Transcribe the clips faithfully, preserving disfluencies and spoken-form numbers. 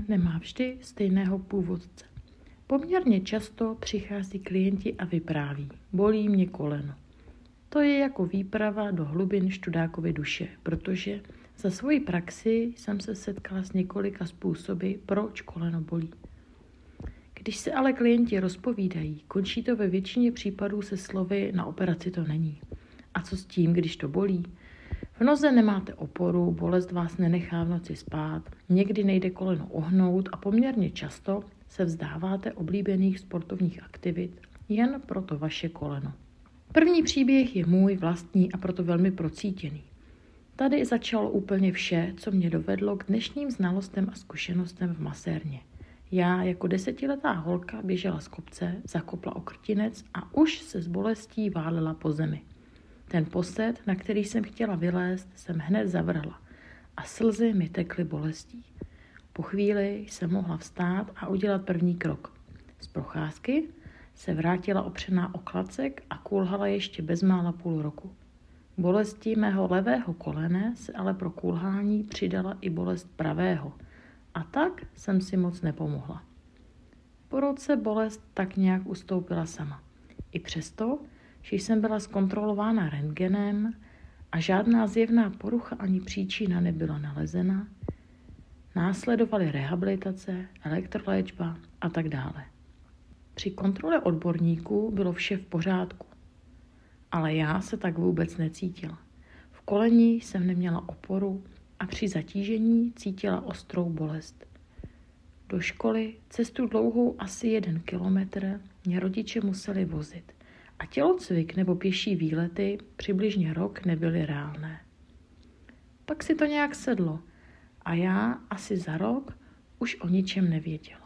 kolene nemá vždy stejného původce. Poměrně často přichází klienti a vypráví: bolí mě koleno. To je jako výprava do hlubin študákovy duše, protože za svoji praxi jsem se setkala s několika způsoby, proč koleno bolí. Když se ale klienti rozpovídají, končí to ve většině případů se slovy: na operaci to není. A co s tím, když to bolí? V noze nemáte oporu, bolest vás nenechá v noci spát, někdy nejde koleno ohnout a poměrně často se vzdáváte oblíbených sportovních aktivit jen pro to vaše koleno. První příběh je můj vlastní a proto velmi procítěný. Tady začalo úplně vše, co mě dovedlo k dnešním znalostem a zkušenostem v masérně. Já jako desetiletá holka běžela z kopce, zakopla o krtinec a už se s bolestí válela po zemi. Ten posed, na který jsem chtěla vylézt, jsem hned zavrhla a slzy mi tekly bolestí. Po chvíli jsem mohla vstát a udělat první krok. Z procházky se vrátila opřená o klacek a kulhala ještě bezmála půl roku. Bolesti mého levého kolene se ale pro kulhání přidala i bolest pravého a tak jsem si moc nepomohla. Po roce bolest tak nějak ustoupila sama. I přesto, že jsem byla zkontrolována rentgenem a žádná zjevná porucha ani příčina nebyla nalezena, následovaly rehabilitace, elektroléčba a tak dále. Při kontrole odborníků bylo vše v pořádku, ale já se tak vůbec necítila. V koleni jsem neměla oporu a při zatížení cítila ostrou bolest. Do školy cestu dlouhou asi jeden kilometr mě rodiče museli vozit a tělocvik nebo pěší výlety přibližně rok nebyly reálné. Pak si to nějak sedlo a já asi za rok už o ničem nevěděla.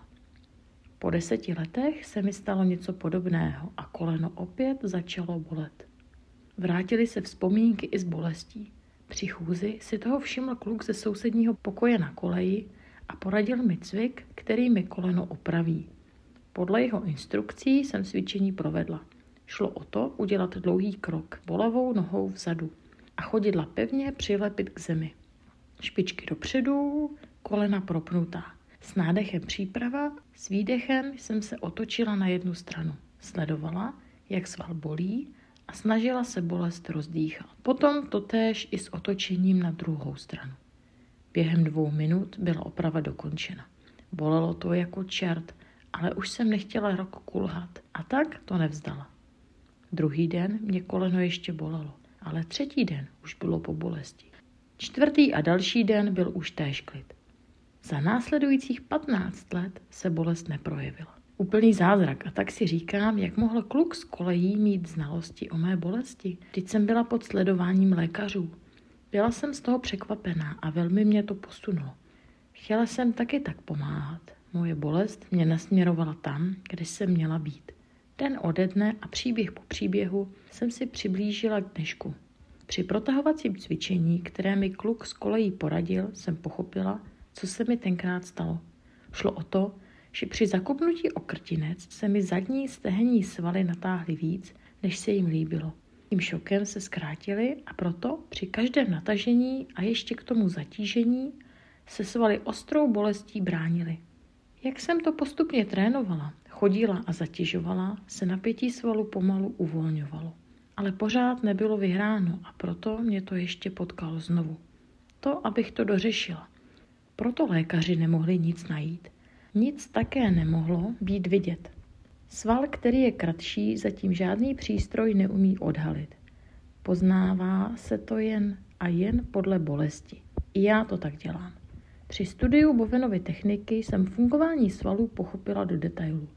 Po deseti letech se mi stalo něco podobného a koleno opět začalo bolet. Vrátily se vzpomínky i s bolestí. Při chůzi si toho všiml kluk ze sousedního pokoje na koleji a poradil mi cvik, který mi koleno opraví. Podle jeho instrukcí jsem cvičení provedla. Šlo o to udělat dlouhý krok bolavou nohou vzadu a chodidla pevně přilepit k zemi. Špičky dopředu, kolena propnutá. S nádechem příprava, s výdechem jsem se otočila na jednu stranu. Sledovala, jak sval bolí a snažila se bolest rozdýchat. Potom totéž i s otočením na druhou stranu. Během dvou minut byla oprava dokončena. Bolelo to jako čert, ale už jsem nechtěla rok kulhat a tak to nevzdala. Druhý den mě koleno ještě bolelo, ale třetí den už bylo po bolesti. Čtvrtý a další den byl už též klid. Za následujících patnáct let se bolest neprojevila. Úplný zázrak a tak si říkám, jak mohl kluk z kolejí mít znalosti o mé bolesti. Vždyť jsem byla pod sledováním lékařů. Byla jsem z toho překvapená a velmi mě to posunulo. Chtěla jsem taky tak pomáhat. Moje bolest mě nasměrovala tam, kde jsem měla být. Den ode dne a příběh po příběhu jsem si přiblížila k dnešku. Při protahovacím cvičení, které mi kluk z kolejí poradil, jsem pochopila, co se mi tenkrát stalo. Šlo o to, že při zakopnutí o krtinec se mi zadní stehenní svaly natáhly víc, než se jim líbilo. Tím šokem se zkrátily a proto při každém natažení a ještě k tomu zatížení se svaly ostrou bolestí bránily. Jak jsem to postupně trénovala, chodila a zatěžovala, se napětí svalu pomalu uvolňovalo. Ale pořád nebylo vyhráno a proto mě to ještě potkalo znovu. To, abych to dořešila. Proto lékaři nemohli nic najít. Nic také nemohlo být vidět. Sval, který je kratší, zatím žádný přístroj neumí odhalit. Poznává se to jen a jen podle bolesti. I já to tak dělám. Při studiu Bovenovy techniky jsem fungování svalů pochopila do detailu.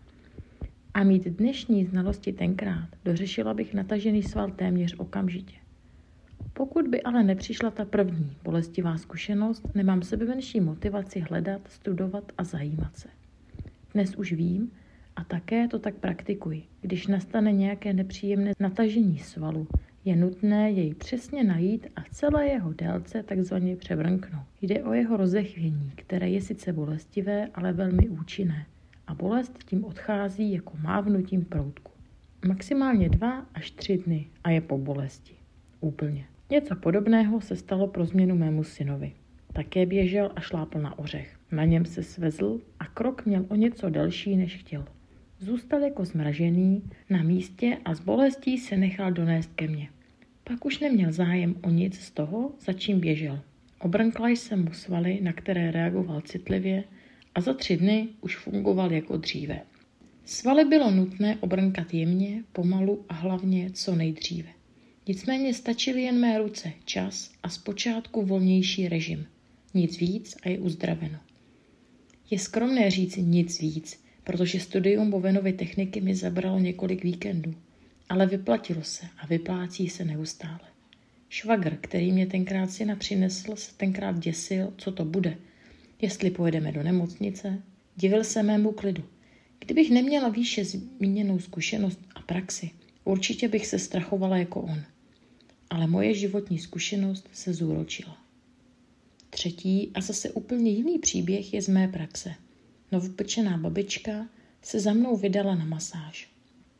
A mít dnešní znalosti tenkrát, dořešila bych natažený sval téměř okamžitě. Pokud by ale nepřišla ta první bolestivá zkušenost, nemám sebemenší motivaci hledat, studovat a zajímat se. Dnes už vím a také to tak praktikuji. Když nastane nějaké nepříjemné natažení svalu, je nutné jej přesně najít a v celé jeho délce takzvaně převrnknout. Jde o jeho rozechvění, které je sice bolestivé, ale velmi účinné. A bolest tím odchází jako mávnutím proutku. Maximálně dva až tři dny a je po bolesti. Úplně. Něco podobného se stalo pro změnu mému synovi. Také běžel a šlápl na ořech. Na něm se svezl a krok měl o něco delší, než chtěl. Zůstal jako zmražený na místě a s bolestí se nechal donést ke mně. Pak už neměl zájem o nic z toho, za čím běžel. Obrnkla jsem mu svaly, na které reagoval citlivě, a za tři dny už fungoval jako dříve. Svaly bylo nutné obrnkat jemně, pomalu a hlavně co nejdříve. Nicméně stačily jen mé ruce, čas a zpočátku volnější režim. Nic víc a je uzdraveno. Je skromné říci nic víc, protože studium Bovenovy techniky mi zabralo několik víkendů. Ale vyplatilo se a vyplácí se neustále. Švagr, který mě tenkrát syna přinesl, se tenkrát děsil, co to bude. Jestli pojedeme do nemocnice, divil se mému klidu. Kdybych neměla výše zmíněnou zkušenost a praxi, určitě bych se strachovala jako on. Ale moje životní zkušenost se zúročila. Třetí a zase úplně jiný příběh je z mé praxe. Novopečená babička se za mnou vydala na masáž.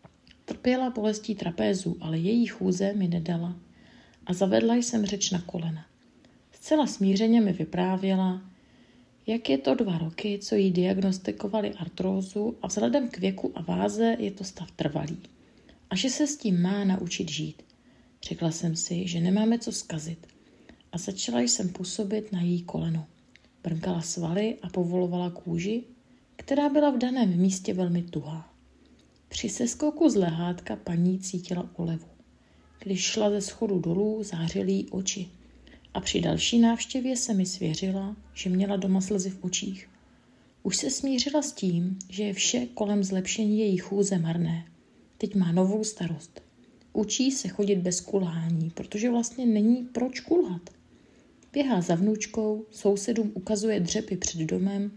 Trpěla bolestí trapézu, ale její chůze mi nedala a zavedla jsem řeč na kolena. Zcela smířeně mi vyprávěla, jak je to dva roky, co jí diagnostikovali artrózu a vzhledem k věku a váze je to stav trvalý. A že se s tím má naučit žít. Řekla jsem si, že nemáme co zkazit a začala jsem působit na její koleno. Brnkala svaly a povolovala kůži, která byla v daném místě velmi tuhá. Při seskoku z lehátka paní cítila úlevu. Když šla ze schodu dolů, zářily jí oči. A při další návštěvě se mi svěřila, že měla doma slzy v očích. Už se smířila s tím, že je vše kolem zlepšení její chůze marné. Teď má novou starost. Učí se chodit bez kulhání, protože vlastně není proč kulhat. Běhá za vnučkou, sousedům ukazuje dřepy před domem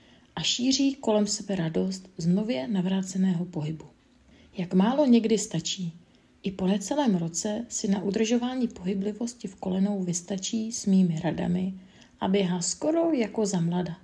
a šíří kolem sebe radost z nově navráceného pohybu. Jak málo někdy stačí. I po necelém roce si na udržování pohyblivosti v kolenou vystačí s mými radami a běhá skoro jako za mlada.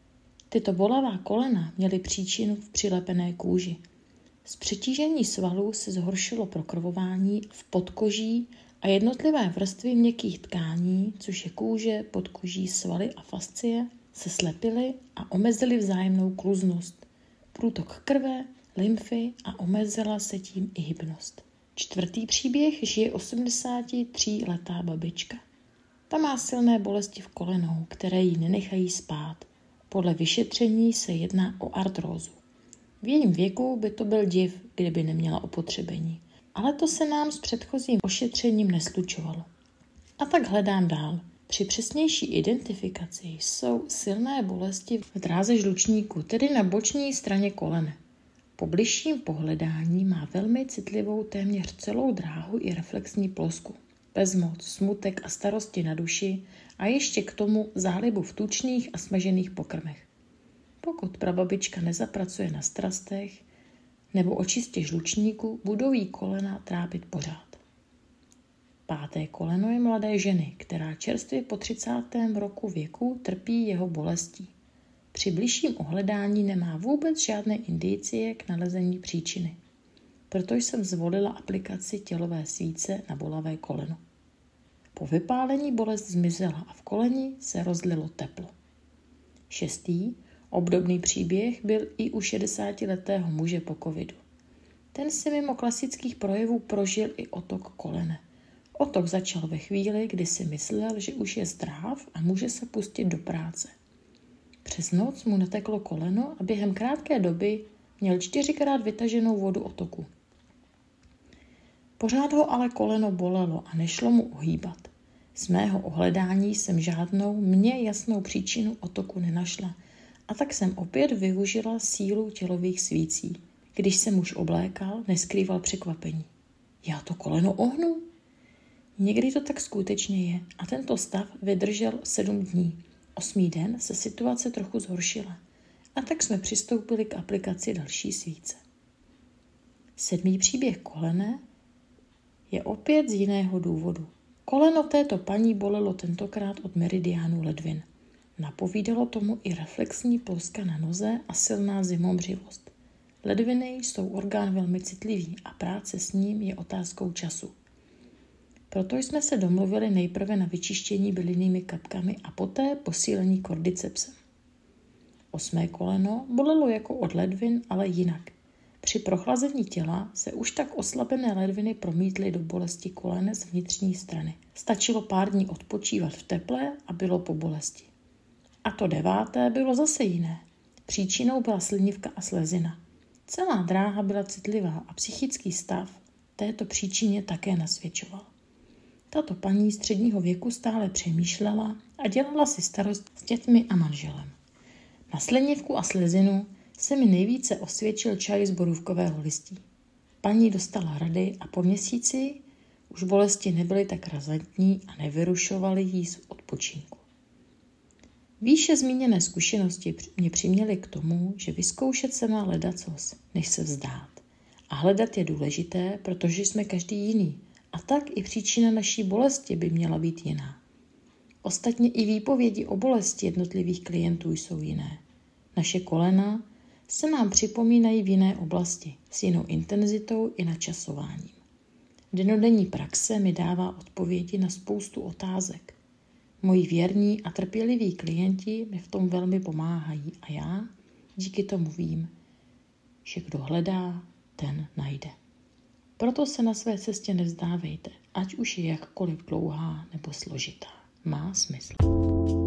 Tyto bolavá kolena měly příčinu v přilepené kůži. Z přetížení svalů se zhoršilo prokrvování v podkoží a jednotlivé vrstvy měkkých tkání, což je kůže, podkoží, svaly a fascie, se slepily a omezily vzájemnou kluznost, průtok krve, lymfy a omezila se tím i hybnost. Čtvrtý příběh žije osmdesátitříletá babička. Ta má silné bolesti v kolenou, které ji nenechají spát. Podle vyšetření se jedná o artrózu. V jejím věku by to byl div, kdyby neměla opotřebení. Ale to se nám s předchozím ošetřením neslučovalo. A tak hledám dál. Při přesnější identifikaci jsou silné bolesti v dráze žlučníku, tedy na boční straně kolene. Po bližším pohledání má velmi citlivou téměř celou dráhu i reflexní plosku. Bezmoc, smutek a starosti na duši a ještě k tomu zálibu v tučných a smažených pokrmech. Pokud prababička nezapracuje na strastech nebo o čistě žlučníku, budou jí kolena trápit pořád. Páté koleno je mladé ženy, která čerstvě po třicátém roku věku trpí jeho bolestí. Při bližším ohledání nemá vůbec žádné indicie k nalezení příčiny. Proto jsem zvolila aplikaci tělové svíce na bolavé koleno. Po vypálení bolest zmizela a v koleni se rozlilo teplo. Šestý, obdobný příběh byl i u šedesátiletého muže po covidu. Ten si mimo klasických projevů prožil i otok kolene. Otok začal ve chvíli, kdy si myslel, že už je zdrav a může se pustit do práce. Přes noc mu nateklo koleno a během krátké doby měl čtyřikrát vytaženou vodu otoku. Pořád ho ale koleno bolelo a nešlo mu ohýbat. Z mého ohledání jsem žádnou mně jasnou příčinu otoku nenašla a tak jsem opět využila sílu tělových svící. Když se muž oblékal, neskrýval překvapení. Já to koleno ohnu? Někdy to tak skutečně je a tento stav vydržel sedm dní. Osmý den se situace trochu zhoršila a tak jsme přistoupili k aplikaci další svíce. Sedmý příběh kolene je opět z jiného důvodu. Koleno této paní bolelo tentokrát od meridiánu ledvin. Napovídalo tomu i reflexní ploska na noze a silná zimomřivost. Ledviny jsou orgán velmi citlivý a práce s ním je otázkou času. Proto jsme se domluvili nejprve na vyčištění bylinnými kapkami a poté posílení kordycepsem. Osmé koleno bolelo jako od ledvin, ale jinak. Při prochlazení těla se už tak oslabené ledviny promítly do bolesti kolene z vnitřní strany. Stačilo pár dní odpočívat v teple a bylo po bolesti. A to deváté bylo zase jiné. Příčinou byla slinivka a slezina. Celá dráha byla citlivá a psychický stav této příčině také nasvědčoval. Tato paní středního věku stále přemýšlela a dělala si starost s dětmi a manželem. Na slinivku a slezinu se mi nejvíce osvědčil čaj z borůvkového listí. Paní dostala rady a po měsíci už bolesti nebyly tak razantní a nevyrušovaly jí z odpočinku. Výše zmíněné zkušenosti mě přiměly k tomu, že vyzkoušet se má ledacos, než se vzdát. A hledat je důležité, protože jsme každý jiný. A tak i příčina naší bolesti by měla být jiná. Ostatně i výpovědi o bolesti jednotlivých klientů jsou jiné. Naše kolena se nám připomínají v jiné oblasti, s jinou intenzitou i načasováním. Dennodenní praxe mi dává odpovědi na spoustu otázek. Moji věrní a trpěliví klienti mi v tom velmi pomáhají a já díky tomu vím, že kdo hledá, ten najde. Proto se na své cestě nevzdávejte, ať už je jakkoliv dlouhá nebo složitá. Má smysl.